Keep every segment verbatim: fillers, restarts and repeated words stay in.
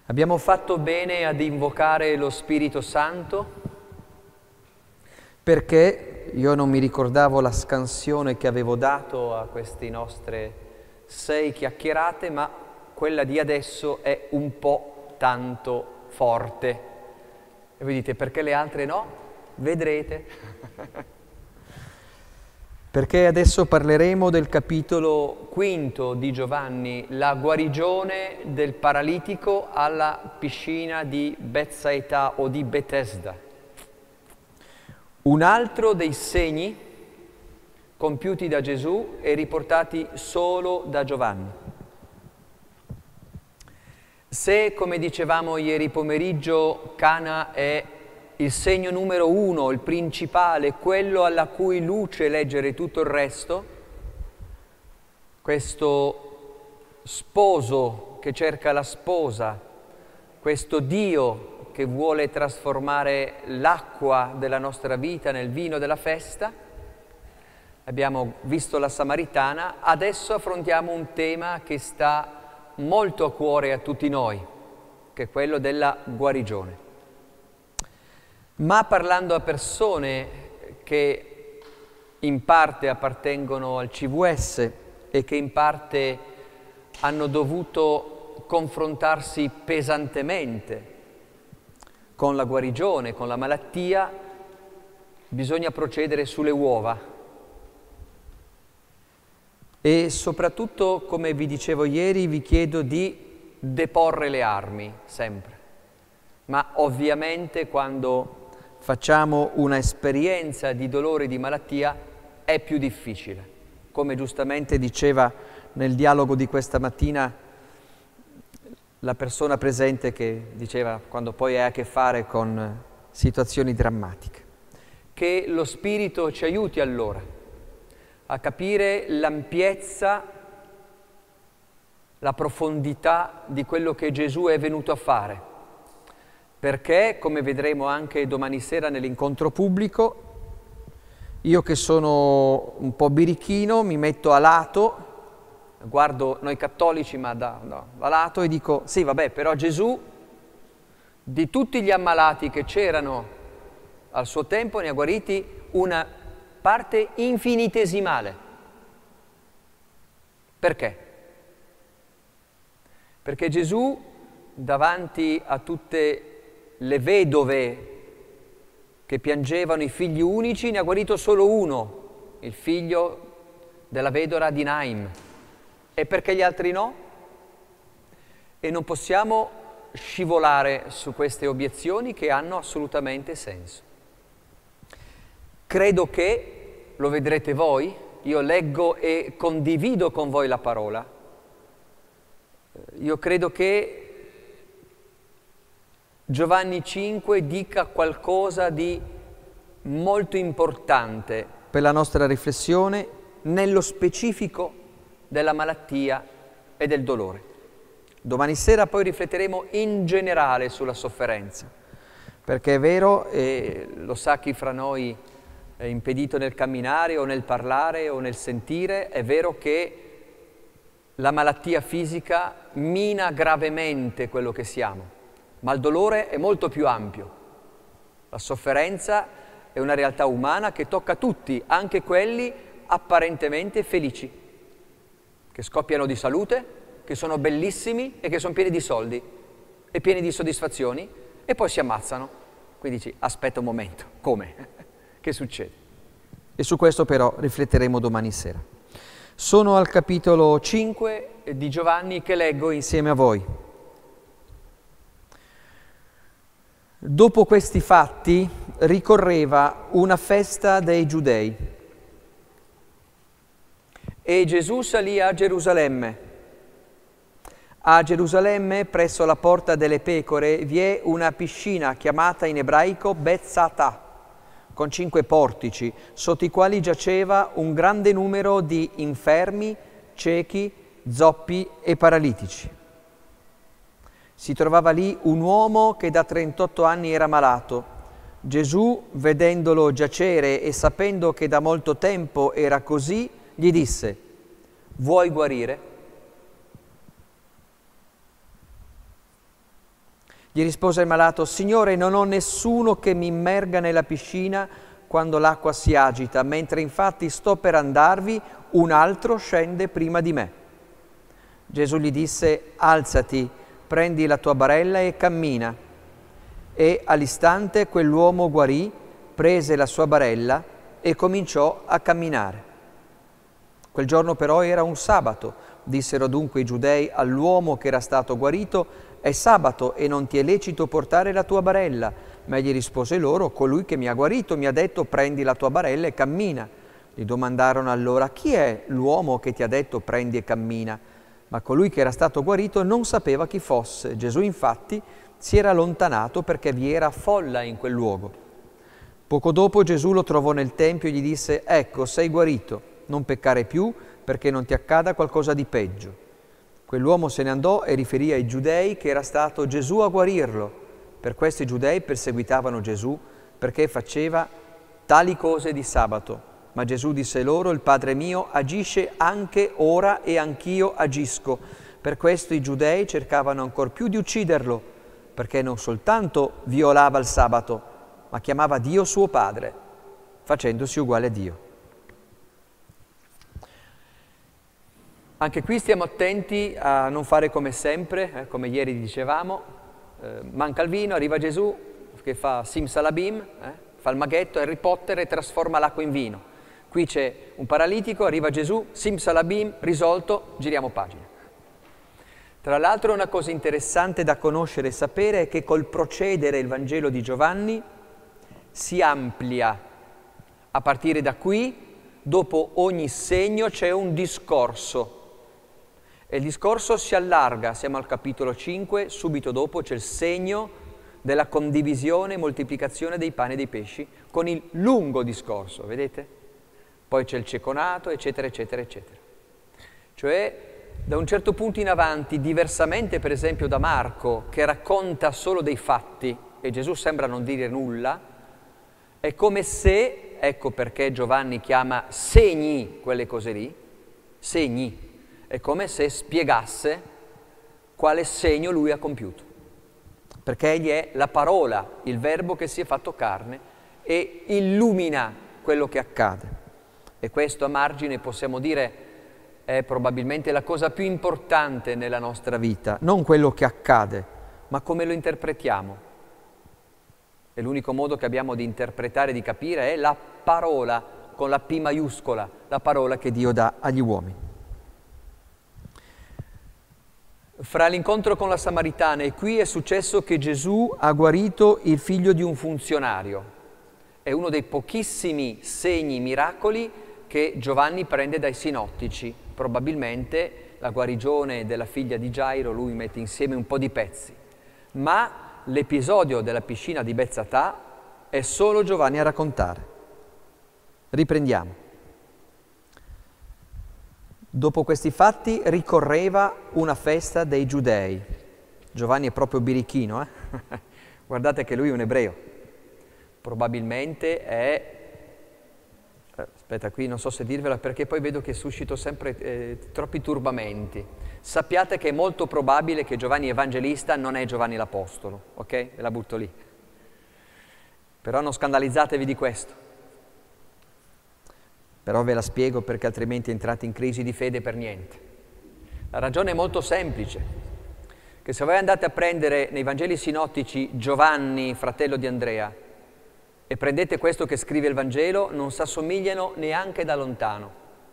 Abbiamo fatto bene ad invocare lo Spirito Santo perché io non mi ricordavo la scansione che avevo dato a queste nostre sei chiacchierate, ma quella di adesso è un po' tanto forte. E voi dite, perché le altre no? Vedrete. Perché adesso parleremo del capitolo quinto di Giovanni, la guarigione del paralitico alla piscina di Betsaida o di Betesda. Un altro dei segni compiuti da Gesù e riportati solo da Giovanni. Se, come dicevamo ieri pomeriggio, Cana è il segno numero uno, il principale, quello alla cui luce leggere tutto il resto, questo sposo che cerca la sposa, questo Dio che vuole trasformare l'acqua della nostra vita nel vino della festa, abbiamo visto la Samaritana, adesso affrontiamo un tema che sta molto a cuore a tutti noi, che è quello della guarigione. Ma parlando a persone che in parte appartengono al C V S e che in parte hanno dovuto confrontarsi pesantemente con la guarigione, con la malattia, bisogna procedere sulle uova. E soprattutto, come vi dicevo ieri, vi chiedo di deporre le armi, sempre. Ma ovviamente quando facciamo una esperienza di dolore e di malattia è più difficile. Come giustamente diceva nel dialogo di questa mattina la persona presente che diceva quando poi hai a che fare con situazioni drammatiche. Che lo Spirito ci aiuti allora a capire l'ampiezza, la profondità di quello che Gesù è venuto a fare. Perché, come vedremo anche domani sera nell'incontro pubblico, io che sono un po' birichino mi metto a lato, guardo noi cattolici ma da, da, da lato e dico sì vabbè, però Gesù di tutti gli ammalati che c'erano al suo tempo ne ha guariti una parte infinitesimale. Perché? Perché Gesù davanti a tutte le vedove che piangevano i figli unici, ne ha guarito solo uno, il figlio della vedova di Naim. E perché gli altri no? E non possiamo scivolare su queste obiezioni che hanno assolutamente senso. Credo che, lo vedrete voi, io leggo e condivido con voi la parola, io credo che Giovanni cinque dica qualcosa di molto importante per la nostra riflessione nello specifico della malattia e del dolore. Domani sera poi rifletteremo in generale sulla sofferenza, perché è vero, e lo sa chi fra noi è impedito nel camminare o nel parlare o nel sentire, è vero che la malattia fisica mina gravemente quello che siamo. Ma il dolore è molto più ampio. La sofferenza è una realtà umana che tocca tutti, anche quelli apparentemente felici, che scoppiano di salute, che sono bellissimi e che sono pieni di soldi e pieni di soddisfazioni e poi si ammazzano. Quindi dici, aspetta un momento, come? Che succede? E su questo però rifletteremo domani sera. Sono al capitolo cinque di Giovanni che leggo insieme a voi. Dopo questi fatti ricorreva una festa dei Giudei e Gesù salì a Gerusalemme. A Gerusalemme, presso la porta delle pecore, vi è una piscina chiamata in ebraico Betzata, con cinque portici, sotto i quali giaceva un grande numero di infermi, ciechi, zoppi e paralitici. Si trovava lì un uomo che da trentotto anni era malato. Gesù, vedendolo giacere e sapendo che da molto tempo era così, gli disse: «Vuoi guarire?» Gli rispose il malato: Signore, non ho nessuno che mi immerga nella piscina quando l'acqua si agita, mentre infatti sto per andarvi, un altro scende prima di me. Gesù gli disse: alzati, prendi la tua barella e cammina. E all'istante quell'uomo guarì, prese la sua barella e cominciò a camminare. Quel giorno però era un sabato. Dissero dunque i giudei all'uomo che era stato guarito: è sabato e non ti è lecito portare la tua barella. Ma egli rispose loro: colui che mi ha guarito mi ha detto: prendi la tua barella e cammina. Gli domandarono allora: chi è l'uomo che ti ha detto prendi e cammina? Ma colui che era stato guarito non sapeva chi fosse. Gesù infatti si era allontanato perché vi era folla in quel luogo. Poco dopo Gesù lo trovò nel tempio e gli disse: ecco, sei guarito, non peccare più perché non ti accada qualcosa di peggio. Quell'uomo se ne andò e riferì ai giudei che era stato Gesù a guarirlo. Per questo i giudei perseguitavano Gesù perché faceva tali cose di sabato. Ma Gesù disse loro: il Padre mio agisce anche ora e anch'io agisco. Per questo i giudei cercavano ancor più di ucciderlo, perché non soltanto violava il sabato, ma chiamava Dio suo Padre, facendosi uguale a Dio. Anche qui stiamo attenti a non fare come sempre, eh, come ieri dicevamo, eh, manca il vino, arriva Gesù che fa simsalabim, eh, fa il maghetto, Harry Potter e trasforma l'acqua in vino. Qui c'è un paralitico, arriva Gesù, simsalabim, risolto, giriamo pagina. Tra l'altro una cosa interessante da conoscere e sapere è che col procedere il Vangelo di Giovanni si amplia. A partire da qui, dopo ogni segno c'è un discorso. E il discorso si allarga, siamo al capitolo cinque, subito dopo c'è il segno della condivisione e moltiplicazione dei pani e dei pesci, con il lungo discorso, vedete? Poi c'è il ceconato, eccetera, eccetera, eccetera. Cioè, da un certo punto in avanti, diversamente per esempio da Marco, che racconta solo dei fatti, e Gesù sembra non dire nulla, è come se, ecco perché Giovanni chiama segni quelle cose lì, segni, è come se spiegasse quale segno lui ha compiuto. Perché egli è la parola, il verbo che si è fatto carne e illumina quello che accade. E questo a margine possiamo dire è probabilmente la cosa più importante nella nostra vita, non quello che accade, ma come lo interpretiamo. E l'unico modo che abbiamo di interpretare e di capire è la parola, con la P maiuscola, la parola che Dio dà agli uomini. Fra l'incontro con la Samaritana e qui è successo che Gesù ha guarito il figlio di un funzionario. È uno dei pochissimi segni, miracoli che Giovanni prende dai sinottici. Probabilmente la guarigione della figlia di Gairo lui mette insieme un po' di pezzi. Ma l'episodio della piscina di Bezzatà è solo Giovanni a raccontare. Riprendiamo. Dopo questi fatti ricorreva una festa dei Giudei. Giovanni è proprio birichino, eh? Guardate che lui è un ebreo. Probabilmente è... Aspetta, qui non so se dirvela perché poi vedo che suscito sempre eh, troppi turbamenti. Sappiate che è molto probabile che Giovanni Evangelista non è Giovanni l'Apostolo, ok? Ve la butto lì. Però non scandalizzatevi di questo. Però ve la spiego perché altrimenti entrate in crisi di fede per niente. La ragione è molto semplice, che se voi andate a prendere nei Vangeli sinottici Giovanni, fratello di Andrea, e prendete questo che scrive il Vangelo, non si assomigliano neanche da lontano.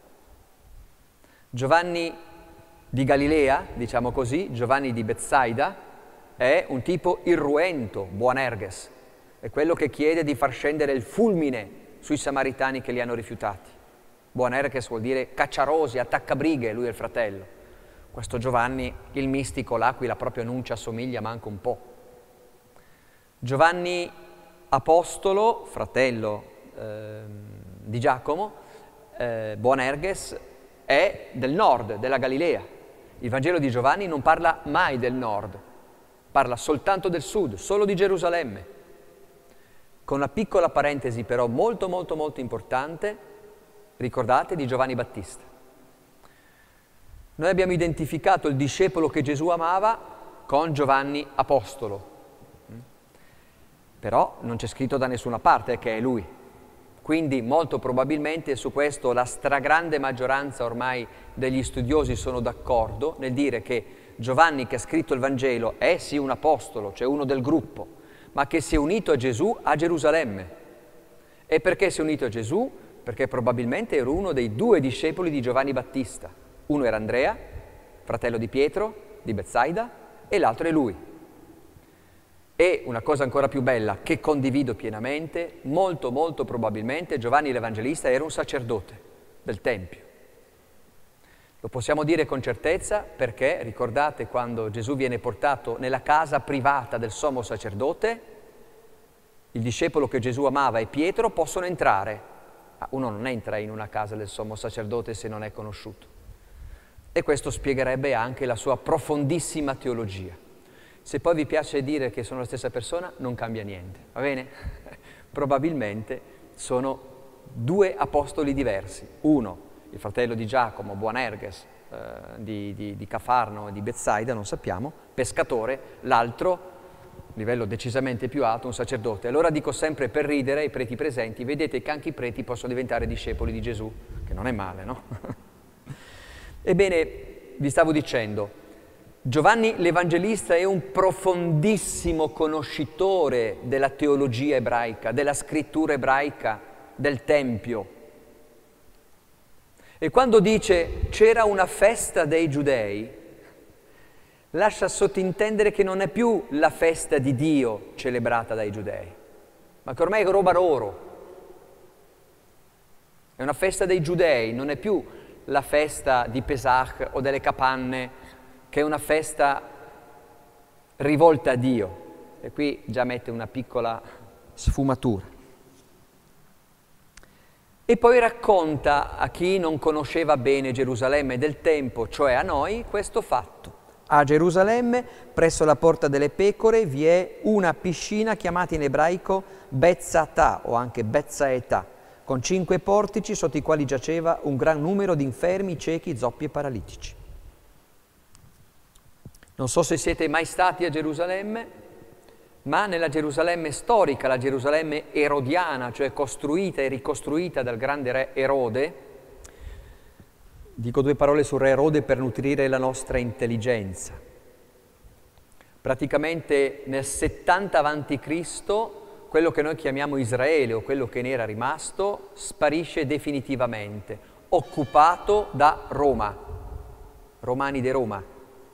Giovanni di Galilea, diciamo così, Giovanni di Betsaida, è un tipo irruento, Boanerges, è quello che chiede di far scendere il fulmine sui samaritani che li hanno rifiutati. Boanerges vuol dire cacciarosi, attaccabrighe, lui è il fratello. Questo Giovanni, il mistico, là, qui la propria non ci assomiglia manco un po'. Giovanni Apostolo, fratello eh, di Giacomo, eh, Boanerges, è del nord, della Galilea. Il Vangelo di Giovanni non parla mai del nord, parla soltanto del sud, solo di Gerusalemme. Con una piccola parentesi però molto molto molto importante, ricordate, di Giovanni Battista. Noi abbiamo identificato il discepolo che Gesù amava con Giovanni Apostolo. però non c'è scritto da nessuna parte che è lui. Quindi molto probabilmente su questo la stragrande maggioranza ormai degli studiosi sono d'accordo nel dire che Giovanni, che ha scritto il Vangelo, è sì un apostolo, cioè uno del gruppo, ma che si è unito a Gesù a Gerusalemme. E perché si è unito a Gesù? Perché probabilmente era uno dei due discepoli di Giovanni Battista. Uno era Andrea, fratello di Pietro, di Betsaida, e l'altro è lui. E una cosa ancora più bella, che condivido pienamente, molto molto probabilmente Giovanni l'Evangelista era un sacerdote del Tempio. Lo possiamo dire con certezza perché, ricordate, quando Gesù viene portato nella casa privata del sommo sacerdote, il discepolo che Gesù amava e Pietro possono entrare. Ma uno non entra in una casa del sommo sacerdote se non è conosciuto. E questo spiegherebbe anche la sua profondissima teologia. Se poi vi piace dire che sono la stessa persona, non cambia niente, va bene? Probabilmente sono due apostoli diversi. Uno, il fratello di Giacomo, Boanerges, eh, di, di, di Cafarno e di Betsaida, non sappiamo, pescatore, l'altro, a livello decisamente più alto, un sacerdote. Allora dico sempre per ridere ai preti presenti, vedete che anche i preti possono diventare discepoli di Gesù, che non è male, no? Ebbene, vi stavo dicendo, Giovanni l'Evangelista è un profondissimo conoscitore della teologia ebraica, della scrittura ebraica, del Tempio. E quando dice c'era una festa dei giudei, lascia sottintendere che non è più la festa di Dio celebrata dai giudei, ma che ormai è roba loro. È una festa dei giudei, non è più la festa di Pesach o delle capanne, che è una festa rivolta a Dio. E qui già mette una piccola sfumatura. E poi racconta a chi non conosceva bene Gerusalemme del tempo, cioè a noi, questo fatto. A Gerusalemme, presso la Porta delle Pecore, vi è una piscina chiamata in ebraico Betzatà o anche Betzaetà, con cinque portici sotto i quali giaceva un gran numero di infermi, ciechi, zoppi e paralitici. Non so se siete mai stati a Gerusalemme, ma nella Gerusalemme storica, la Gerusalemme erodiana, cioè costruita e ricostruita dal grande re Erode, dico due parole sul re Erode per nutrire la nostra intelligenza. Praticamente nel settanta avanti Cristo, quello che noi chiamiamo Israele o quello che ne era rimasto, sparisce definitivamente, occupato da Roma, Romani di Roma.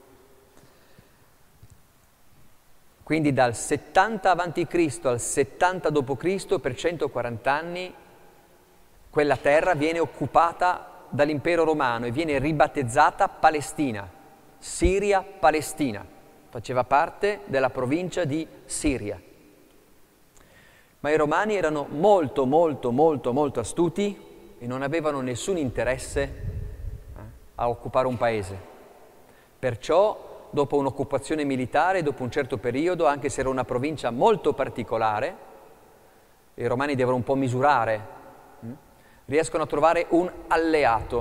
Quindi dal settanta avanti Cristo al settanta dopo Cristo, per centoquaranta anni, quella terra viene occupata dall'impero romano e viene ribattezzata Palestina, Siria-Palestina. Faceva parte della provincia di Siria. Ma i romani erano molto, molto, molto, molto astuti e non avevano nessun interesse eh, a occupare un paese. Perciò dopo un'occupazione militare, dopo un certo periodo, anche se era una provincia molto particolare, i romani devono un po' misurare, hm? riescono a trovare un alleato,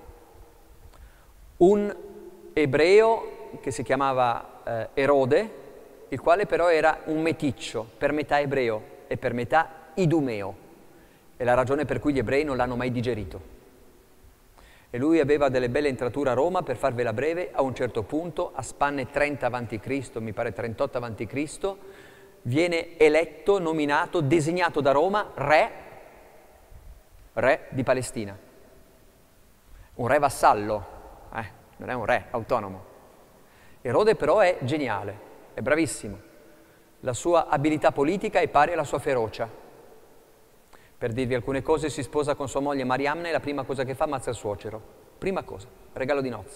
un ebreo che si chiamava eh, Erode, il quale però era un meticcio, per metà ebreo e per metà idumeo. È la ragione per cui gli ebrei non l'hanno mai digerito. E lui aveva delle belle entrature a Roma, per farvela breve, a un certo punto, a spanne trenta avanti Cristo, mi pare trentotto avanti Cristo, viene eletto, nominato, designato da Roma re, re di Palestina. Un re vassallo, eh, non è un re autonomo. Erode però è geniale, è bravissimo. La sua abilità politica è pari alla sua ferocia. Per dirvi alcune cose, si sposa con sua moglie Mariamne e la prima cosa che fa ammazza il suocero. Prima cosa, regalo di nozze.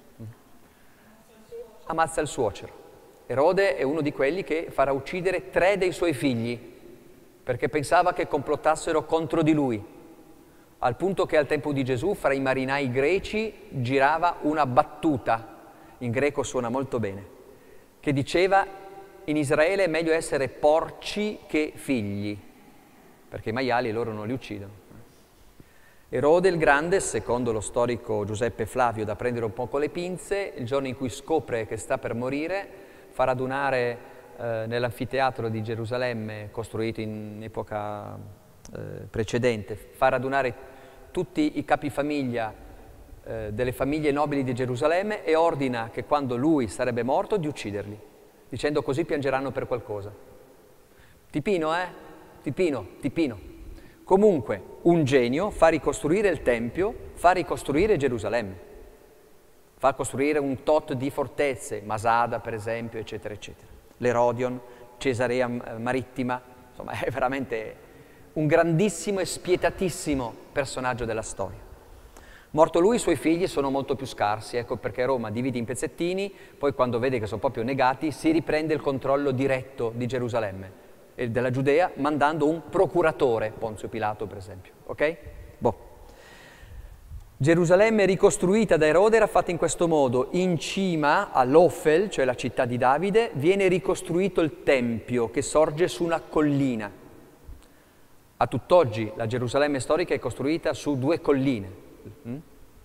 Ammazza il suocero. Erode è uno di quelli che farà uccidere tre dei suoi figli perché pensava che complottassero contro di lui, al punto che al tempo di Gesù fra i marinai greci girava una battuta, in greco suona molto bene, che diceva: in Israele è meglio essere porci che figli, perché i maiali loro non li uccidono. Erode il Grande, secondo lo storico Giuseppe Flavio, da prendere un po' con le pinze, il giorno in cui scopre che sta per morire, fa radunare eh, nell'anfiteatro di Gerusalemme, costruito in epoca eh, precedente, fa radunare tutti i capifamiglia eh, delle famiglie nobili di Gerusalemme e ordina che quando lui sarebbe morto di ucciderli, dicendo così piangeranno per qualcosa. Tipino, eh? Tipino, tipino. Comunque, un genio fa ricostruire il Tempio, fa ricostruire Gerusalemme. Fa costruire un tot di fortezze, Masada per esempio, eccetera, eccetera. L'Erodion, Cesarea Marittima, insomma è veramente un grandissimo e spietatissimo personaggio della storia. Morto lui, i suoi figli sono molto più scarsi, ecco perché Roma divide in pezzettini, poi quando vede che sono proprio negati si riprende il controllo diretto di Gerusalemme e della Giudea, mandando un procuratore, Ponzio Pilato per esempio, ok? Boh. Gerusalemme ricostruita da Erode era fatta in questo modo: in cima all'Offel, cioè la città di Davide, viene ricostruito il Tempio che sorge su una collina. A tutt'oggi la Gerusalemme storica è costruita su due colline. Mm?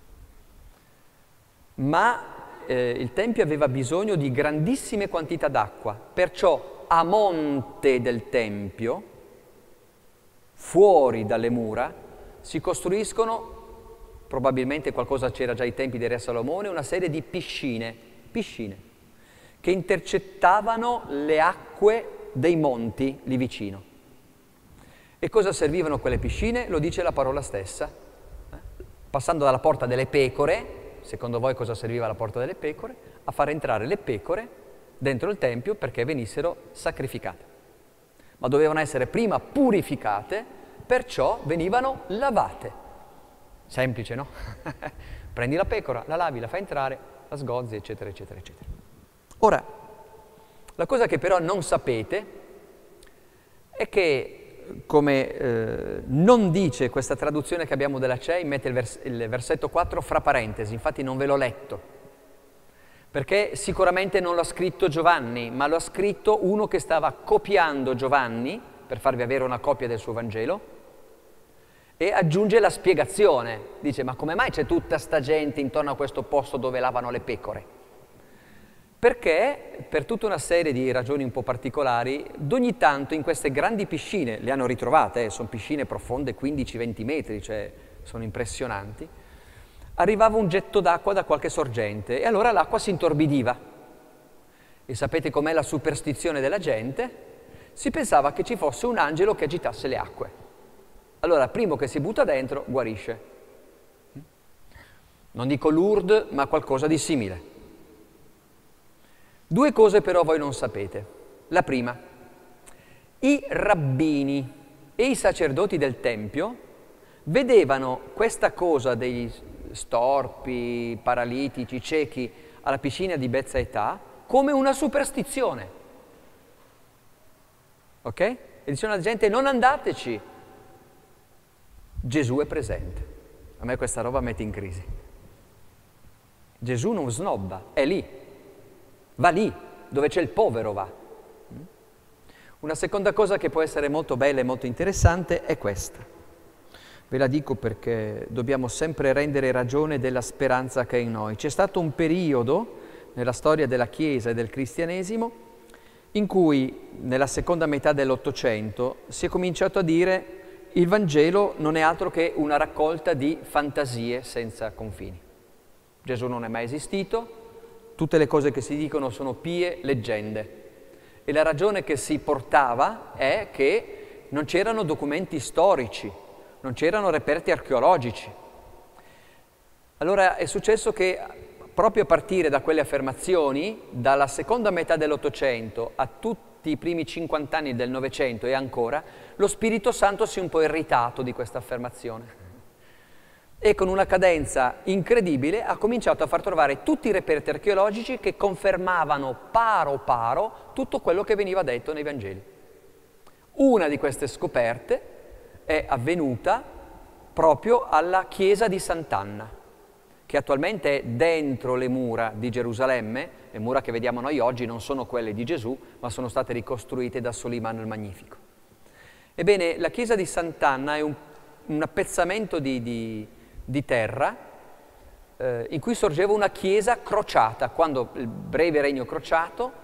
Ma eh, il Tempio aveva bisogno di grandissime quantità d'acqua, perciò a monte del Tempio, fuori dalle mura, si costruiscono, probabilmente qualcosa c'era già ai tempi di Re Salomone, una serie di piscine, piscine, che intercettavano le acque dei monti lì vicino. E cosa servivano quelle piscine? Lo dice la parola stessa. Passando dalla porta delle pecore, secondo voi cosa serviva la porta delle pecore? A far entrare le pecore dentro il Tempio perché venissero sacrificate. Ma dovevano essere prima purificate, perciò venivano lavate. Semplice, no? Prendi la pecora, la lavi, la fai entrare, la sgozzi, eccetera, eccetera, eccetera. Ora, la cosa che però non sapete è che, come eh, non dice questa traduzione che abbiamo della C E I, mette il, vers il versetto quattro fra parentesi, infatti non ve l'ho letto, perché sicuramente non l'ha scritto Giovanni, ma lo ha scritto uno che stava copiando Giovanni, per farvi avere una copia del suo Vangelo, e aggiunge la spiegazione. Dice, ma come mai c'è tutta sta gente intorno a questo posto dove lavano le pecore? Perché, per tutta una serie di ragioni un po' particolari, d'ogni tanto in queste grandi piscine, le hanno ritrovate, eh, sono piscine profonde quindici venti metri, cioè sono impressionanti, arrivava un getto d'acqua da qualche sorgente e allora l'acqua si intorbidiva. E sapete com'è la superstizione della gente? Si pensava che ci fosse un angelo che agitasse le acque. Allora, primo che si butta dentro, guarisce. Non dico Lourdes, ma qualcosa di simile. Due cose però voi non sapete. La prima, i rabbini e i sacerdoti del Tempio vedevano questa cosa degli storpi, paralitici, ciechi alla piscina di Betsaida come una superstizione. Ok? E dicevano alla gente, non andateci. Gesù è presente. A me questa roba mette in crisi. Gesù non snobba, è lì. Va lì, dove c'è il povero va. Una seconda cosa che può essere molto bella e molto interessante è questa. Ve la dico perché dobbiamo sempre rendere ragione della speranza che è in noi. C'è stato un periodo nella storia della Chiesa e del cristianesimo in cui, nella seconda metà dell'Ottocento, si è cominciato a dire il Vangelo non è altro che una raccolta di fantasie senza confini. Gesù non è mai esistito, tutte le cose che si dicono sono pie leggende. E la ragione che si portava è che non c'erano documenti storici, non c'erano reperti archeologici. Allora è successo che proprio a partire da quelle affermazioni, dalla seconda metà dell'Ottocento a tutti i primi cinquanta anni del Novecento e ancora, lo Spirito Santo si è un po' irritato di questa affermazione e con una cadenza incredibile ha cominciato a far trovare tutti i reperti archeologici che confermavano paro paro tutto quello che veniva detto nei Vangeli. Una di queste scoperte è avvenuta proprio alla chiesa di Sant'Anna, che attualmente è dentro le mura di Gerusalemme. Le mura che vediamo noi oggi non sono quelle di Gesù, ma sono state ricostruite da Solimano il Magnifico. Ebbene, la chiesa di Sant'Anna è un, un appezzamento di, di, di terra eh, in cui sorgeva una chiesa crociata. Quando il breve regno crociato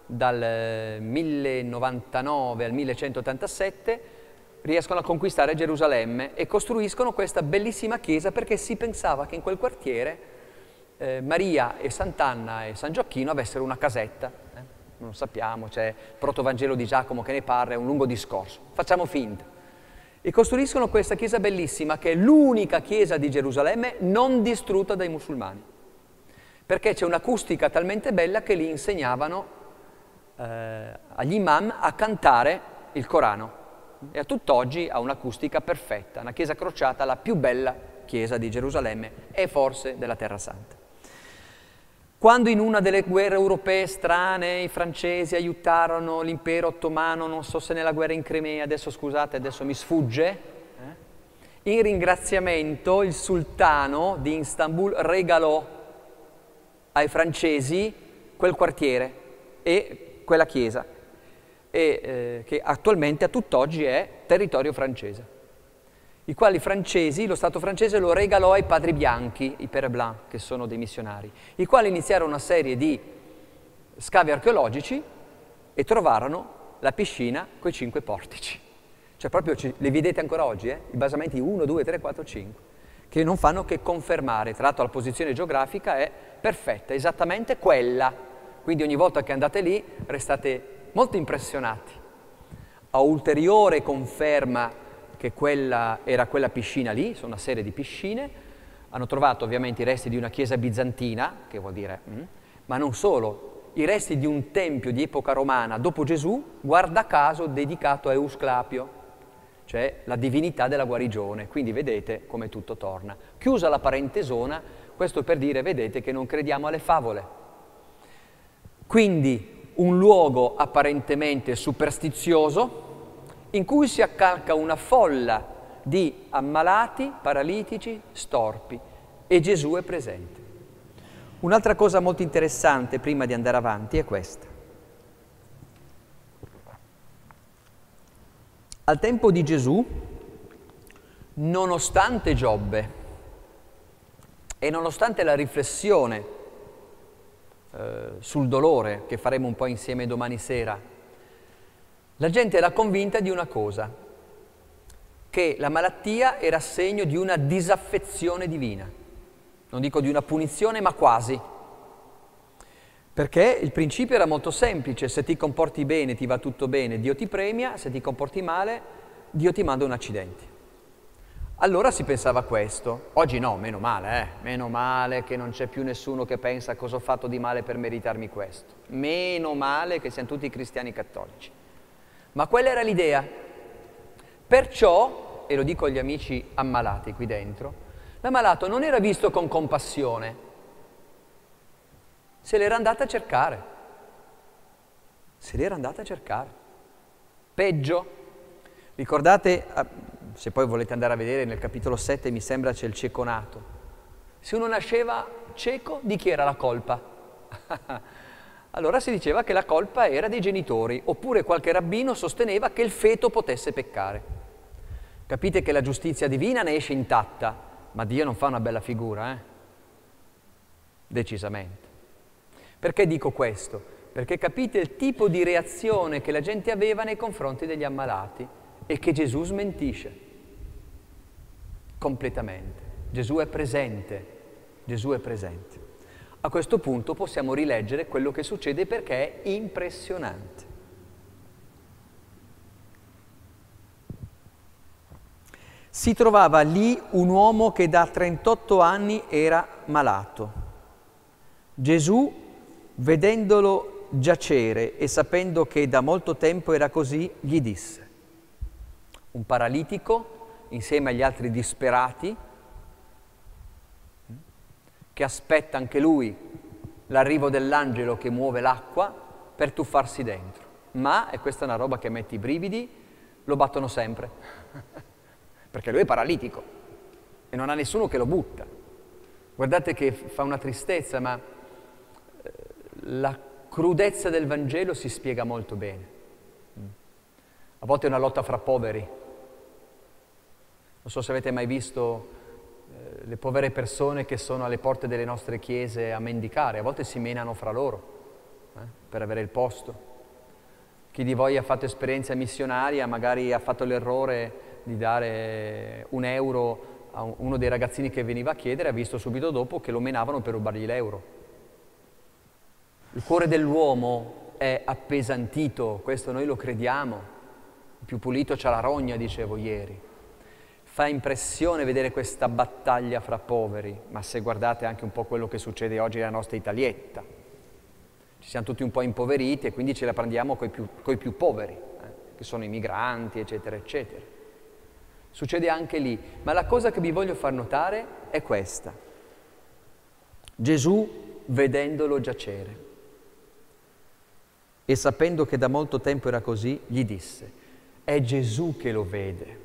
dal millecentonovantanove al millecentottantasette, riescono a conquistare Gerusalemme e costruiscono questa bellissima chiesa perché si pensava che in quel quartiere eh, Maria e Sant'Anna e San Gioacchino avessero una casetta. Eh? Non lo sappiamo, c'è il protovangelo di Giacomo che ne parla, è un lungo discorso. Facciamo finta. E costruiscono questa chiesa bellissima che è l'unica chiesa di Gerusalemme non distrutta dai musulmani. Perché c'è un'acustica talmente bella che lì insegnavano eh, agli imam a cantare il Corano. E a tutt'oggi ha un'acustica perfetta, una chiesa crociata, la più bella chiesa di Gerusalemme e forse della Terra Santa. Quando in una delle guerre europee strane i francesi aiutarono l'impero ottomano, non so se nella guerra in Crimea, adesso scusate, adesso mi sfugge, eh? In ringraziamento il sultano di Istanbul regalò ai francesi quel quartiere e quella chiesa, e, eh, che attualmente a tutt'oggi è territorio francese, i quali francesi, lo Stato francese lo regalò ai padri bianchi, i Père Blanc, che sono dei missionari, i quali iniziarono una serie di scavi archeologici e trovarono la piscina coi cinque portici. Cioè proprio ci, le vedete ancora oggi, eh? I basamenti uno, due, tre, quattro, cinque, che non fanno che confermare, tra l'altro la posizione geografica è perfetta, esattamente quella. Quindi ogni volta che andate lì restate molto impressionati. A ulteriore conferma che quella era quella piscina lì, sono una serie di piscine, hanno trovato ovviamente i resti di una chiesa bizantina, che vuol dire, mm, ma non solo, i resti di un tempio di epoca romana dopo Gesù, guarda caso dedicato a Eusclapio, cioè la divinità della guarigione. Quindi vedete come tutto torna. Chiusa la parentesona, questo per dire, vedete che non crediamo alle favole. Quindi un luogo apparentemente superstizioso in cui si accalca una folla di ammalati, paralitici, storpi e Gesù è presente. Un'altra cosa molto interessante prima di andare avanti è questa. Al tempo di Gesù, nonostante Giobbe e nonostante la riflessione eh, sul dolore che faremo un po' insieme domani sera, la gente era convinta di una cosa, che la malattia era segno di una disaffezione divina. Non dico di una punizione, ma quasi. Perché il principio era molto semplice: se ti comporti bene ti va tutto bene, Dio ti premia; se ti comporti male, Dio ti manda un accidente. Allora si pensava questo. Oggi no, meno male, eh? Meno male che non c'è più nessuno che pensa cosa ho fatto di male per meritarmi questo. Meno male che siamo tutti cristiani cattolici. Ma quella era l'idea. Perciò, e lo dico agli amici ammalati qui dentro, l'ammalato non era visto con compassione, se l'era andata a cercare. Se l'era andata a cercare. Peggio. Ricordate, se poi volete andare a vedere nel capitolo sette, mi sembra c'è il cieco nato. Se uno nasceva cieco, di chi era la colpa? Allora si diceva che la colpa era dei genitori, oppure qualche rabbino sosteneva che il feto potesse peccare. Capite che la giustizia divina ne esce intatta, ma Dio non fa una bella figura, eh? Decisamente. Perché dico questo? Perché capite il tipo di reazione che la gente aveva nei confronti degli ammalati e che Gesù smentisce completamente. Gesù è presente, Gesù è presente. A questo punto possiamo rileggere quello che succede perché è impressionante. Si trovava lì un uomo che da trentotto anni era malato. Gesù, vedendolo giacere e sapendo che da molto tempo era così, gli disse: un paralitico insieme agli altri disperati, che aspetta anche lui l'arrivo dell'angelo che muove l'acqua per tuffarsi dentro. Ma, e questa è una roba che mette i brividi, lo battono sempre, perché lui è paralitico e non ha nessuno che lo butta. Guardate che fa una tristezza, ma la crudezza del Vangelo si spiega molto bene. A volte è una lotta fra poveri. Non so se avete mai visto le povere persone che sono alle porte delle nostre chiese a mendicare, a volte si menano fra loro. eh, per avere il posto. Chi di voi ha fatto esperienza missionaria magari ha fatto l'errore di dare un euro a uno dei ragazzini che veniva a chiedere, ha visto subito dopo che lo menavano per rubargli l'euro. Il cuore dell'uomo è appesantito, questo noi lo crediamo. Il più pulito c'ha la rogna, dicevo ieri. Fa impressione vedere questa battaglia fra poveri, ma se guardate anche un po' quello che succede oggi nella nostra Italietta, ci siamo tutti un po' impoveriti e quindi ce la prendiamo coi più, coi più poveri, eh, che sono i migranti, eccetera, eccetera. Succede anche lì, ma la cosa che vi voglio far notare è questa. Gesù, vedendolo giacere e sapendo che da molto tempo era così, gli disse: è Gesù che lo vede,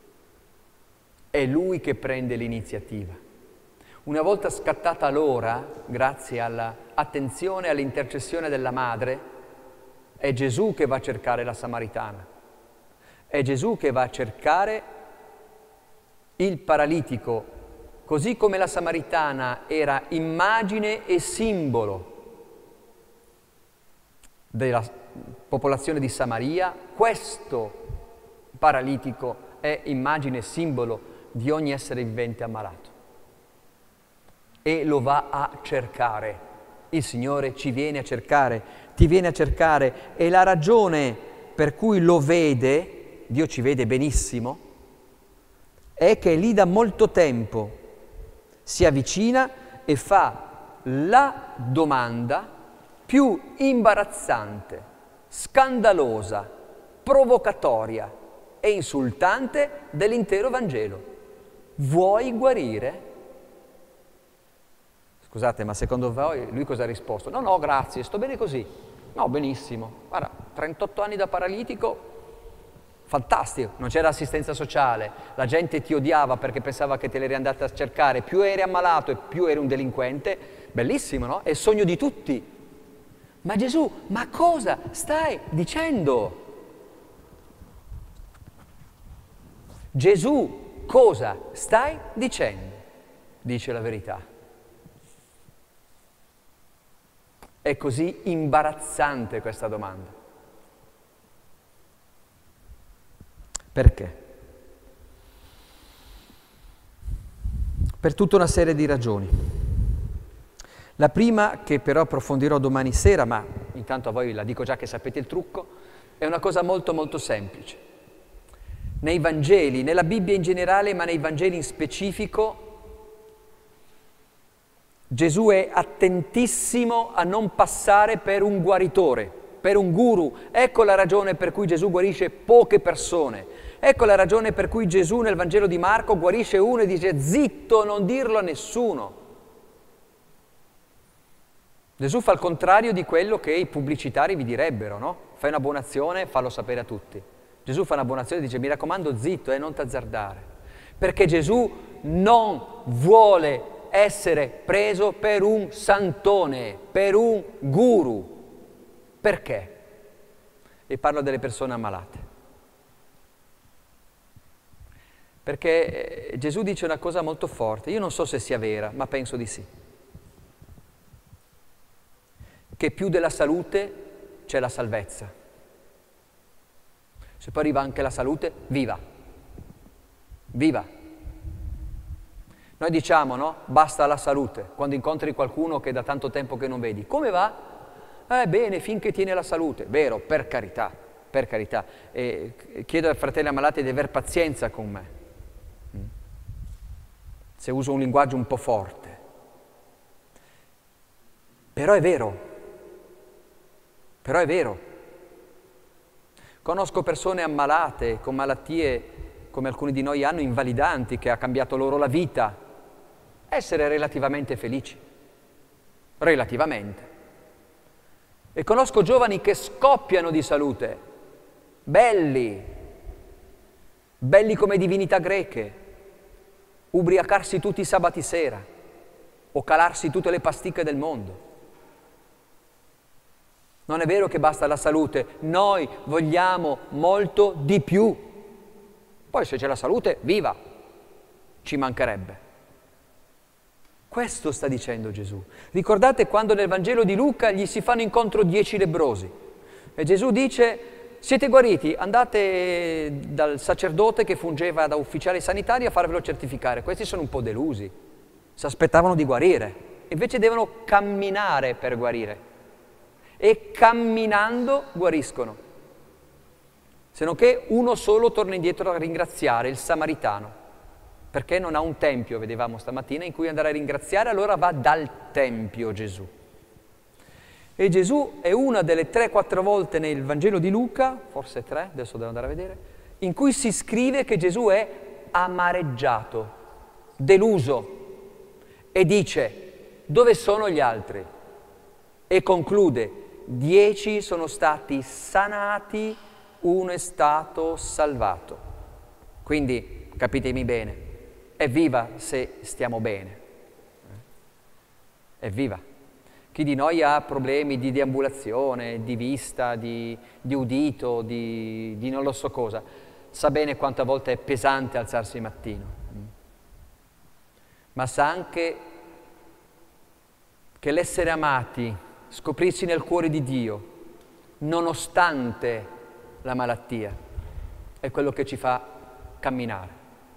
è Lui che prende l'iniziativa. Una volta scattata l'ora, grazie all'attenzione e all'intercessione della madre, è Gesù che va a cercare la Samaritana, è Gesù che va a cercare il paralitico, così come la Samaritana era immagine e simbolo della popolazione di Samaria, questo paralitico è immagine e simbolo di ogni essere vivente ammalato. E lo va a cercare. Il Signore ci viene a cercare, ti viene a cercare, e la ragione per cui lo vede, Dio ci vede benissimo, è che lì da molto tempo si avvicina e fa la domanda più imbarazzante, scandalosa, provocatoria e insultante dell'intero Vangelo. Vuoi guarire? Scusate, ma secondo voi lui cosa ha risposto? No, no, grazie, sto bene così. No, benissimo. Guarda, trentotto anni da paralitico, fantastico. Non c'era assistenza sociale, la gente ti odiava perché pensava che te l'eri andata a cercare. Più eri ammalato e più eri un delinquente, bellissimo, no? È il sogno di tutti. Ma Gesù, ma cosa stai dicendo? Gesù, cosa stai dicendo? Dice la verità. È così imbarazzante questa domanda. Perché? Per tutta una serie di ragioni. La prima, che però approfondirò domani sera, ma intanto a voi la dico già che sapete il trucco, è una cosa molto molto semplice. Nei Vangeli, nella Bibbia in generale, ma nei Vangeli in specifico, Gesù è attentissimo a non passare per un guaritore, per un guru. Ecco la ragione per cui Gesù guarisce poche persone. Ecco la ragione per cui Gesù nel Vangelo di Marco guarisce uno e dice: zitto, non dirlo a nessuno. Gesù fa il contrario di quello che i pubblicitari vi direbbero, no? Fai una buona azione, fallo sapere a tutti. Gesù fa una buona azione e dice: mi raccomando, zitto, e eh, non t'azzardare. Perché Gesù non vuole essere preso per un santone, per un guru. Perché? E parlo delle persone ammalate. Perché Gesù dice una cosa molto forte, io non so se sia vera, ma penso di sì. Che più della salute c'è la salvezza. Se poi arriva anche la salute, viva. Viva. Noi diciamo, no? Basta la salute. Quando incontri qualcuno che da tanto tempo che non vedi. Come va? Eh, bene, finché tiene la salute. Vero, per carità, per carità. E chiedo ai fratelli ammalati di aver pazienza con me. Se uso un linguaggio un po' forte. Però è vero. Però è vero. Conosco persone ammalate, con malattie come alcuni di noi hanno, invalidanti, che ha cambiato loro la vita. Essere relativamente felici. Relativamente. E conosco giovani che scoppiano di salute. Belli. Belli come divinità greche. Ubriacarsi tutti i sabati sera. O calarsi tutte le pasticche del mondo. Non è vero che basta la salute, noi vogliamo molto di più. Poi se c'è la salute, viva, ci mancherebbe. Questo sta dicendo Gesù. Ricordate quando nel Vangelo di Luca gli si fanno incontro dieci lebbrosi e Gesù dice: siete guariti, andate dal sacerdote che fungeva da ufficiale sanitario a farvelo certificare. Questi sono un po' delusi, si aspettavano di guarire, invece devono camminare per guarire e camminando guariscono. Se non che uno solo torna indietro a ringraziare, il samaritano, perché non ha un tempio, vedevamo stamattina, in cui andare a ringraziare, allora va dal tempio Gesù. E Gesù è una delle tre quattro volte nel Vangelo di Luca, forse tre, adesso devo andare a vedere, in cui si scrive che Gesù è amareggiato, deluso, e dice: dove sono gli altri? E conclude: dieci sono stati sanati, uno è stato salvato. Quindi, capitemi bene, è viva se stiamo bene. È viva. Chi di noi ha problemi di deambulazione, di vista, di, di udito, di, di non lo so cosa, sa bene quante volte è pesante alzarsi il mattino. Ma sa anche che l'essere amati, scoprirsi nel cuore di Dio, nonostante la malattia, è quello che ci fa camminare.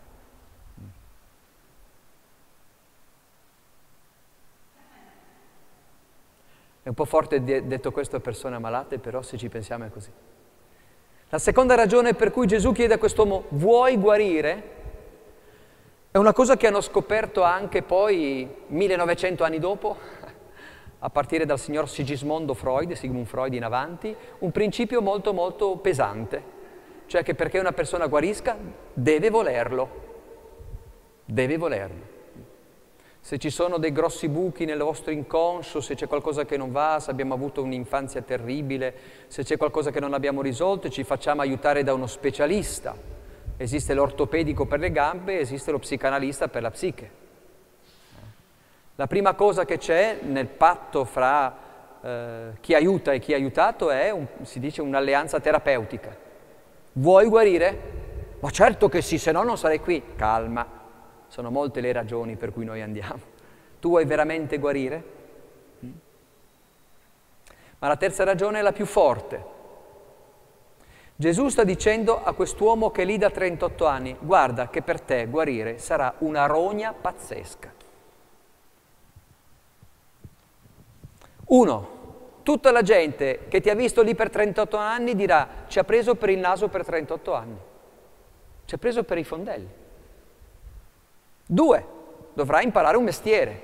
È un po' forte detto questo a persone malate, però se ci pensiamo è così. La seconda ragione per cui Gesù chiede a quest'uomo: vuoi guarire? È una cosa che hanno scoperto anche poi millenovecento anni dopo, a partire dal signor Sigismondo Freud, Sigmund Freud in avanti, un principio molto molto pesante, cioè che perché una persona guarisca deve volerlo, deve volerlo. Se ci sono dei grossi buchi nel vostro inconscio, se c'è qualcosa che non va, se abbiamo avuto un'infanzia terribile, se c'è qualcosa che non abbiamo risolto, ci facciamo aiutare da uno specialista. Esiste l'ortopedico per le gambe, esiste lo psicanalista per la psiche. La prima cosa che c'è nel patto fra eh, chi aiuta e chi è aiutato è, un, si dice, un'alleanza terapeutica. Vuoi guarire? Ma certo che sì, se no non sarei qui. Calma. Sono molte le ragioni per cui noi andiamo. Tu vuoi veramente guarire? Ma la terza ragione è la più forte. Gesù sta dicendo a quest'uomo che è lì da trentotto anni: guarda che per te guarire sarà una rogna pazzesca. Uno, tutta la gente che ti ha visto lì per trentotto anni dirà: ci ha preso per il naso per trentotto anni, ci ha preso per i fondelli. Due, dovrai imparare un mestiere.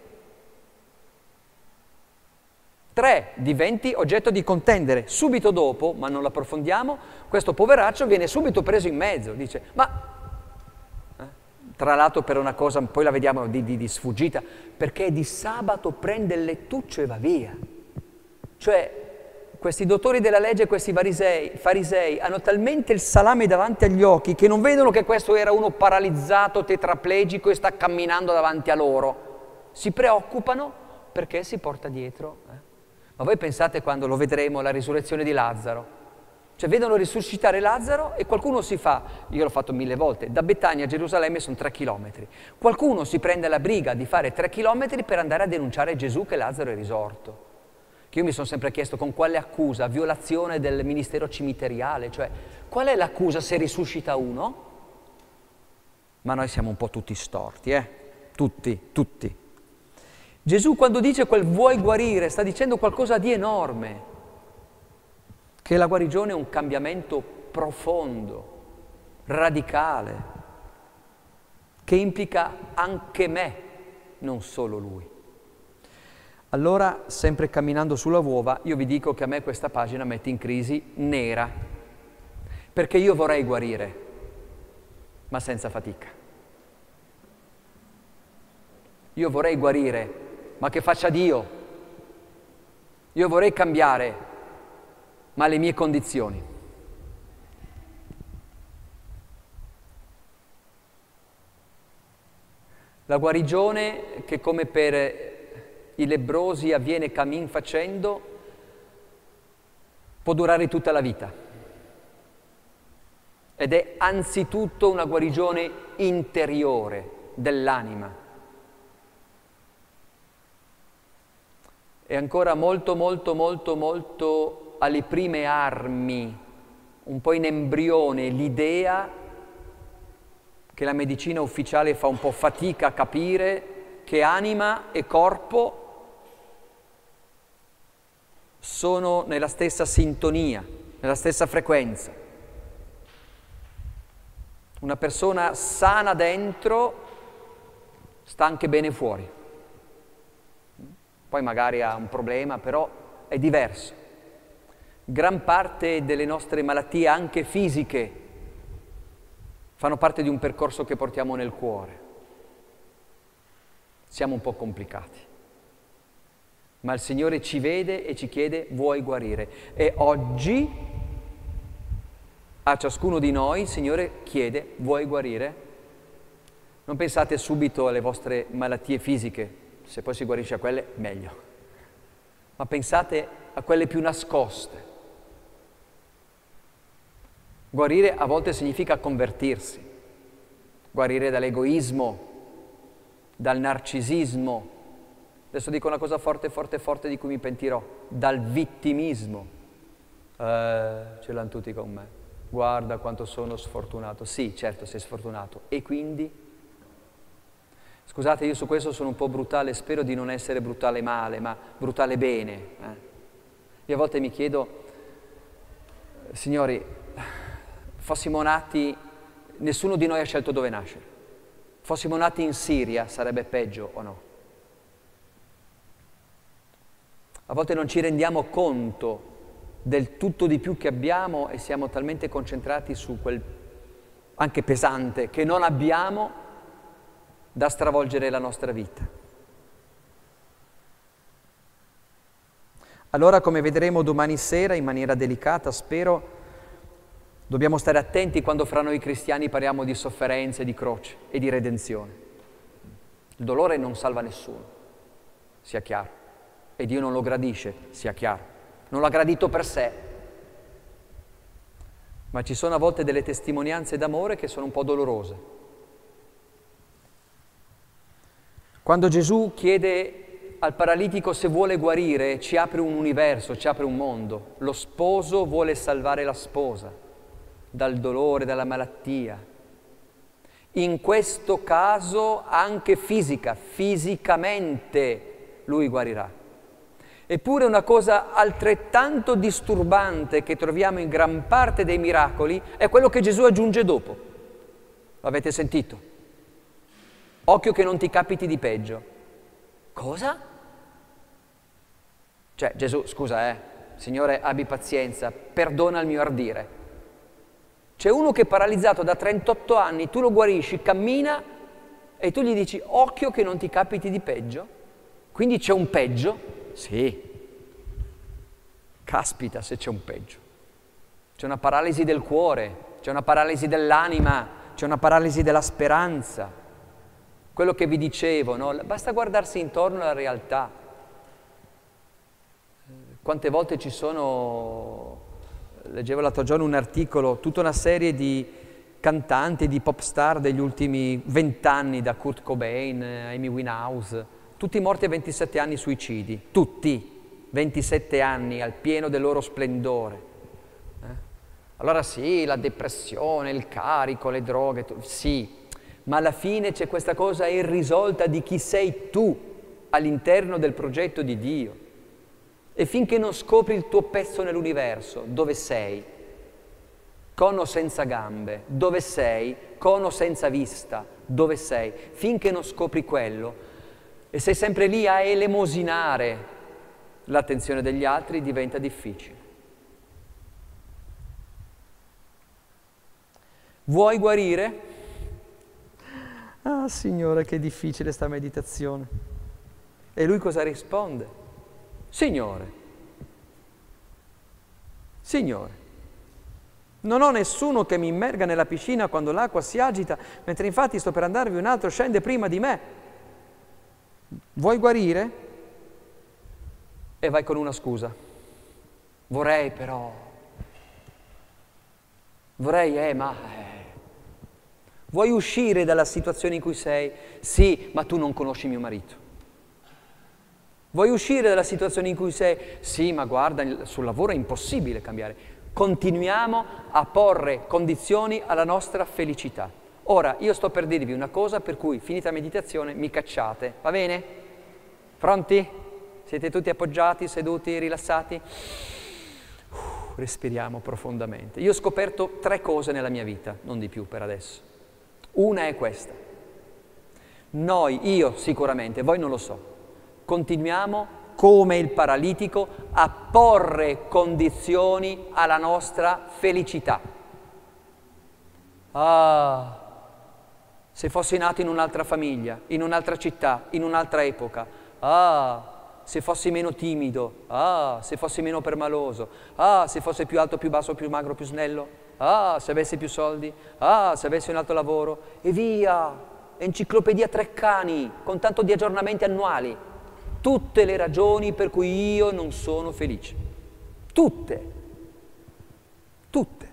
Tre, diventi oggetto di contendere. Subito dopo, ma non lo approfondiamo, questo poveraccio viene subito preso in mezzo. Dice: ma, eh? tra l'altro per una cosa, poi la vediamo di, di, di sfuggita, perché di sabato prende il lettuccio e va via. Cioè, questi dottori della legge, questi farisei, farisei hanno talmente il salame davanti agli occhi che non vedono che questo era uno paralizzato, tetraplegico e sta camminando davanti a loro. Si preoccupano perché si porta dietro. Eh? Ma voi pensate quando lo vedremo, la risurrezione di Lazzaro? Cioè vedono risuscitare Lazzaro e qualcuno si fa, io l'ho fatto mille volte, da Betania a Gerusalemme sono tre chilometri. Qualcuno si prende la briga di fare tre chilometri per andare a denunciare Gesù che Lazzaro è risorto. Io mi sono sempre chiesto con quale accusa, violazione del ministero cimiteriale, cioè qual è l'accusa se risuscita uno? Ma noi siamo un po' tutti storti, eh? Tutti, tutti. Gesù quando dice quel vuoi guarire sta dicendo qualcosa di enorme, che la guarigione è un cambiamento profondo, radicale, che implica anche me, non solo lui. Allora, sempre camminando sulla uova, io vi dico che a me questa pagina mette in crisi nera, perché io vorrei guarire, ma senza fatica. Io vorrei guarire, ma che faccia Dio. Io vorrei cambiare, ma alle mie condizioni. La guarigione che come per i lebbrosi avviene cammin facendo, può durare tutta la vita. Ed è anzitutto una guarigione interiore dell'anima. è ancora molto, molto, molto, molto alle prime armi, un po' in embrione, l'idea che la medicina ufficiale fa un po' fatica a capire che anima e corpo sono nella stessa sintonia, nella stessa frequenza. Una persona sana dentro sta anche bene fuori. Poi magari ha un problema, però è diverso. Gran parte delle nostre malattie, anche fisiche, fanno parte di un percorso che portiamo nel cuore. Siamo un po' complicati. Ma il Signore ci vede e ci chiede: vuoi guarire? E oggi a ciascuno di noi il Signore chiede: vuoi guarire? Non pensate subito alle vostre malattie fisiche, se poi si guarisce a quelle, meglio. Ma pensate a quelle più nascoste. Guarire a volte significa convertirsi. Guarire dall'egoismo, dal narcisismo. Adesso dico una cosa forte, forte, forte di cui mi pentirò. Dal vittimismo. Eh, ce l'hanno tutti con me. Guarda quanto sono sfortunato. Sì, certo, sei sfortunato. E quindi? Scusate, io su questo sono un po' brutale, spero di non essere brutale male, ma brutale bene. Eh? Io a volte mi chiedo, signori, fossimo nati, nessuno di noi ha scelto dove nascere. Fossimo nati in Siria, sarebbe peggio o no? A volte non ci rendiamo conto del tutto di più che abbiamo e siamo talmente concentrati su quel, anche pesante, che non abbiamo da stravolgere la nostra vita. Allora, come vedremo domani sera, in maniera delicata, spero, dobbiamo stare attenti quando fra noi cristiani parliamo di sofferenze, di croce e di redenzione. Il dolore non salva nessuno, sia chiaro, e Dio non lo gradisce, sia chiaro. Non l'ha gradito per sé, ma ci sono a volte delle testimonianze d'amore che sono un po' dolorose. Quando Gesù chiede al paralitico se vuole guarire, ci apre un universo, ci apre un mondo. Lo sposo vuole salvare la sposa dal dolore, dalla malattia. In questo caso anche fisica, fisicamente lui guarirà. Eppure una cosa altrettanto disturbante che troviamo in gran parte dei miracoli è quello che Gesù aggiunge dopo. L'avete sentito? Occhio che non ti capiti di peggio. Cosa? Cioè, Gesù, scusa, eh, Signore, abbi pazienza, perdona il mio ardire. C'è uno che è paralizzato da trentotto anni, tu lo guarisci, cammina e tu gli dici, occhio che non ti capiti di peggio. Quindi c'è un peggio? Sì. Caspita se c'è un peggio. C'è una paralisi del cuore, c'è una paralisi dell'anima, c'è una paralisi della speranza. Quello che vi dicevo, no? Basta guardarsi intorno alla realtà. Quante volte ci sono, leggevo l'altro giorno un articolo, tutta una serie di cantanti, di pop star degli ultimi vent'anni, da Kurt Cobain, Amy Winehouse, tutti morti a ventisette anni suicidi, tutti, ventisette anni al pieno del loro splendore. Eh? Allora sì, la depressione, il carico, le droghe, sì, ma alla fine c'è questa cosa irrisolta di chi sei tu all'interno del progetto di Dio. E finché non scopri il tuo pezzo nell'universo, dove sei? Con o senza gambe, dove sei? Con o senza vista, dove sei? Finché non scopri quello e sei sempre lì a elemosinare l'attenzione degli altri, diventa difficile. Vuoi guarire? Ah, Signore, che difficile sta meditazione. E lui cosa risponde? Signore, Signore, non ho nessuno che mi immerga nella piscina quando l'acqua si agita, mentre infatti sto per andarvi un altro scende prima di me. Vuoi guarire? E vai con una scusa. Vorrei però, vorrei, eh, ma... Eh. Vuoi uscire dalla situazione in cui sei? Sì, ma tu non conosci mio marito. Vuoi uscire dalla situazione in cui sei? Sì, ma guarda, sul lavoro è impossibile cambiare. Continuiamo a porre condizioni alla nostra felicità. Ora, io sto per dirvi una cosa per cui, finita la meditazione, mi cacciate. Va bene? Pronti? Siete tutti appoggiati, seduti, rilassati? Uh, respiriamo profondamente. Io ho scoperto tre cose nella mia vita, non di più per adesso. Una è questa. Noi, io sicuramente, voi non lo so, continuiamo come il paralitico a porre condizioni alla nostra felicità. Ah, se fossi nato in un'altra famiglia, in un'altra città, in un'altra epoca, ah, se fossi meno timido, ah, se fossi meno permaloso, ah, se fossi più alto, più basso, più magro, più snello, ah, se avessi più soldi, ah, se avessi un altro lavoro, e via, enciclopedia Treccani, con tanto di aggiornamenti annuali, tutte le ragioni per cui io non sono felice, tutte, tutte.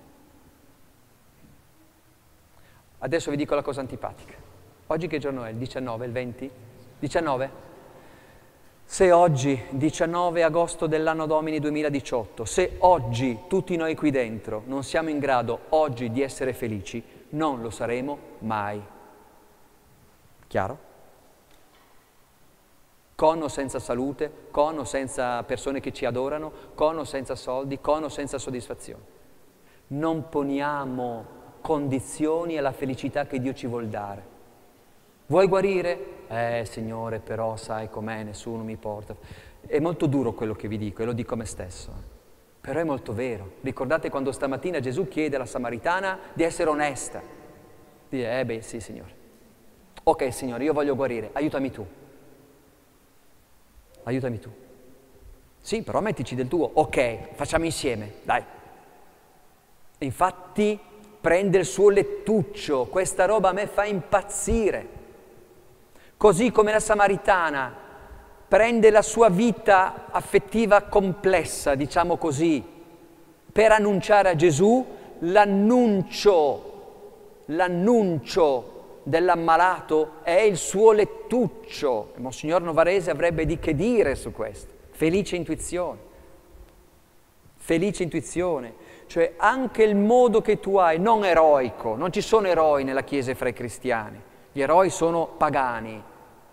Adesso vi dico la cosa antipatica. Oggi che giorno è? Il diciannove, il venti? diciannove? Se oggi, diciannove agosto dell'anno Domini duemiladiciotto, se oggi tutti noi qui dentro non siamo in grado oggi di essere felici, non lo saremo mai. Chiaro? Con o senza salute, con o senza persone che ci adorano, con o senza soldi, con o senza soddisfazione. Non poniamo condizioni alla felicità che Dio ci vuol dare. Vuoi guarire? Eh, Signore, però sai com'è, nessuno mi porta. È molto duro quello che vi dico, e lo dico a me stesso. Eh. Però è molto vero. Ricordate quando stamattina Gesù chiede alla Samaritana di essere onesta. Dice, eh beh, sì, Signore. Ok, Signore, io voglio guarire, aiutami tu. Aiutami tu. Sì, però mettici del tuo. Ok, facciamo insieme, dai. E infatti prende il suo lettuccio, questa roba a me fa impazzire. Così come la Samaritana prende la sua vita affettiva complessa, diciamo così, per annunciare a Gesù l'annuncio, l'annuncio dell'ammalato è il suo lettuccio. Monsignor Novarese avrebbe di che dire su questo. Felice intuizione. Felice intuizione. Cioè anche il modo che tu hai, non eroico, non ci sono eroi nella Chiesa fra i cristiani, gli eroi sono pagani.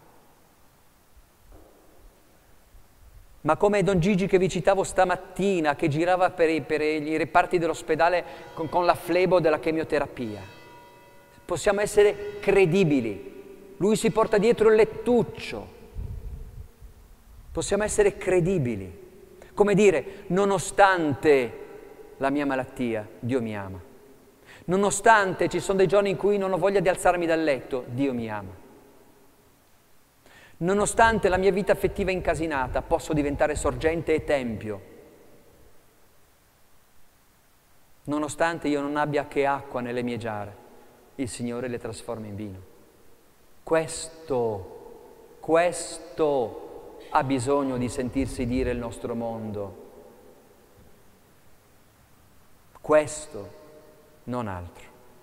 Ma come Don Gigi che vi citavo stamattina, che girava per i, per i reparti dell'ospedale con, con la flebo della chemioterapia. Possiamo essere credibili. Lui si porta dietro il lettuccio. Possiamo essere credibili. Come dire, nonostante la mia malattia, Dio mi ama. Nonostante ci sono dei giorni in cui non ho voglia di alzarmi dal letto, Dio mi ama. Nonostante la mia vita affettiva incasinata, posso diventare sorgente e tempio. Nonostante io non abbia che acqua nelle mie giare, il Signore le trasforma in vino. Questo, questo ha bisogno di sentirsi dire il nostro mondo. Questo, non altro.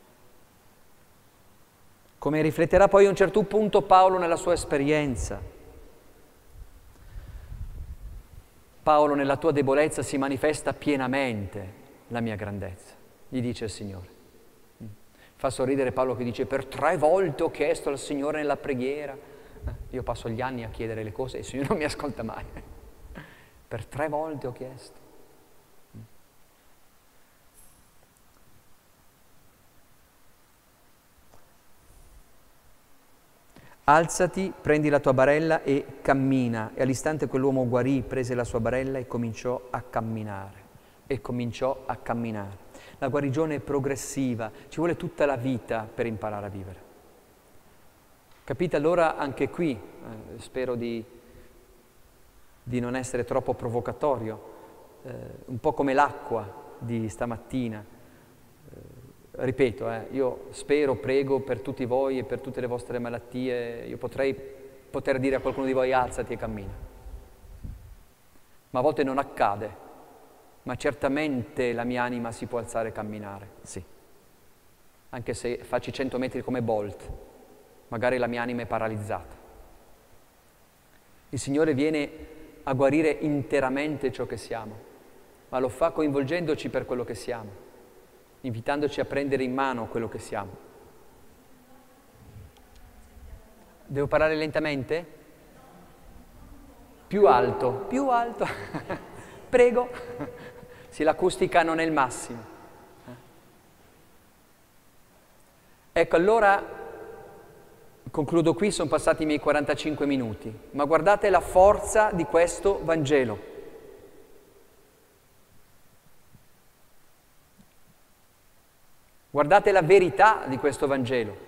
Come rifletterà poi a un certo punto Paolo nella sua esperienza. Paolo, nella tua debolezza si manifesta pienamente la mia grandezza, gli dice il Signore. Fa sorridere Paolo che dice, per tre volte ho chiesto al Signore nella preghiera. Io passo gli anni a chiedere le cose e il Signore non mi ascolta mai. Per tre volte ho chiesto. Alzati, prendi la tua barella e cammina. E all'istante quell'uomo guarì, prese la sua barella e cominciò a camminare. E cominciò a camminare. La guarigione è progressiva, ci vuole tutta la vita per imparare a vivere. Capite? Allora anche qui, eh, spero di, di non essere troppo provocatorio, eh, un po' come l'acqua di stamattina. Ripeto, eh, io spero, prego per tutti voi e per tutte le vostre malattie, io potrei poter dire a qualcuno di voi alzati e cammina. Ma a volte non accade, ma certamente la mia anima si può alzare e camminare, sì. Anche se faccio cento metri come Bolt, magari la mia anima è paralizzata. Il Signore viene a guarire interamente ciò che siamo, ma lo fa coinvolgendoci per quello che siamo, invitandoci a prendere in mano quello che siamo. Devo parlare lentamente? Più alto, più alto. Prego. Sì, l'acustica non è il massimo. Ecco, allora concludo qui, sono passati i miei quarantacinque minuti, ma guardate la forza di questo Vangelo. Guardate la verità di questo Vangelo.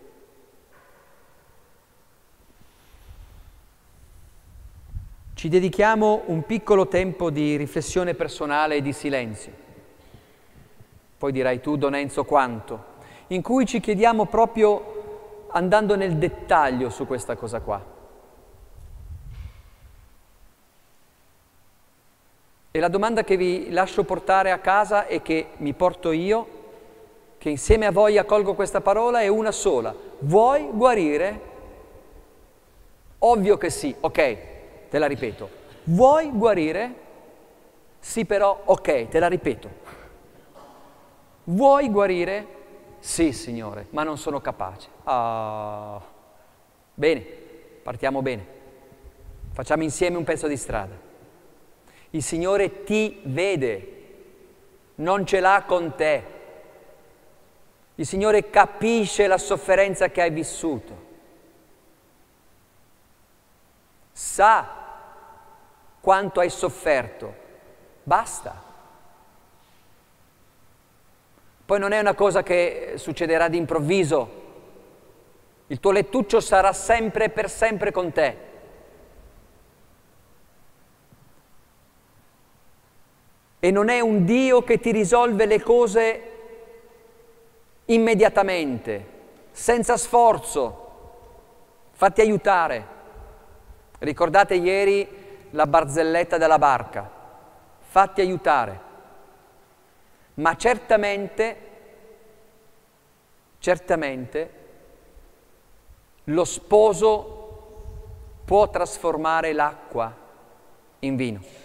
Ci dedichiamo un piccolo tempo di riflessione personale e di silenzio. Poi dirai tu, Don Enzo, quanto? In cui ci chiediamo proprio andando nel dettaglio su questa cosa qua. E la domanda che vi lascio portare a casa e che mi porto io, che insieme a voi accolgo questa parola, è una sola. Vuoi guarire? Ovvio che sì, ok. Te la ripeto. Vuoi guarire? Sì, però, ok, te la ripeto. Vuoi guarire? Sì, Signore, ma non sono capace. Ah. Bene, partiamo bene. Facciamo insieme un pezzo di strada. Il Signore ti vede, non ce l'ha con te. Il Signore capisce la sofferenza che hai vissuto. Sa quanto hai sofferto. Basta. Poi non è una cosa che succederà d'improvviso. Il tuo lettuccio sarà sempre e per sempre con te. E non è un Dio che ti risolve le cose immediatamente, senza sforzo. Fatti aiutare. Ricordate ieri la barzelletta della barca, fatti aiutare, ma certamente, certamente lo sposo può trasformare l'acqua in vino.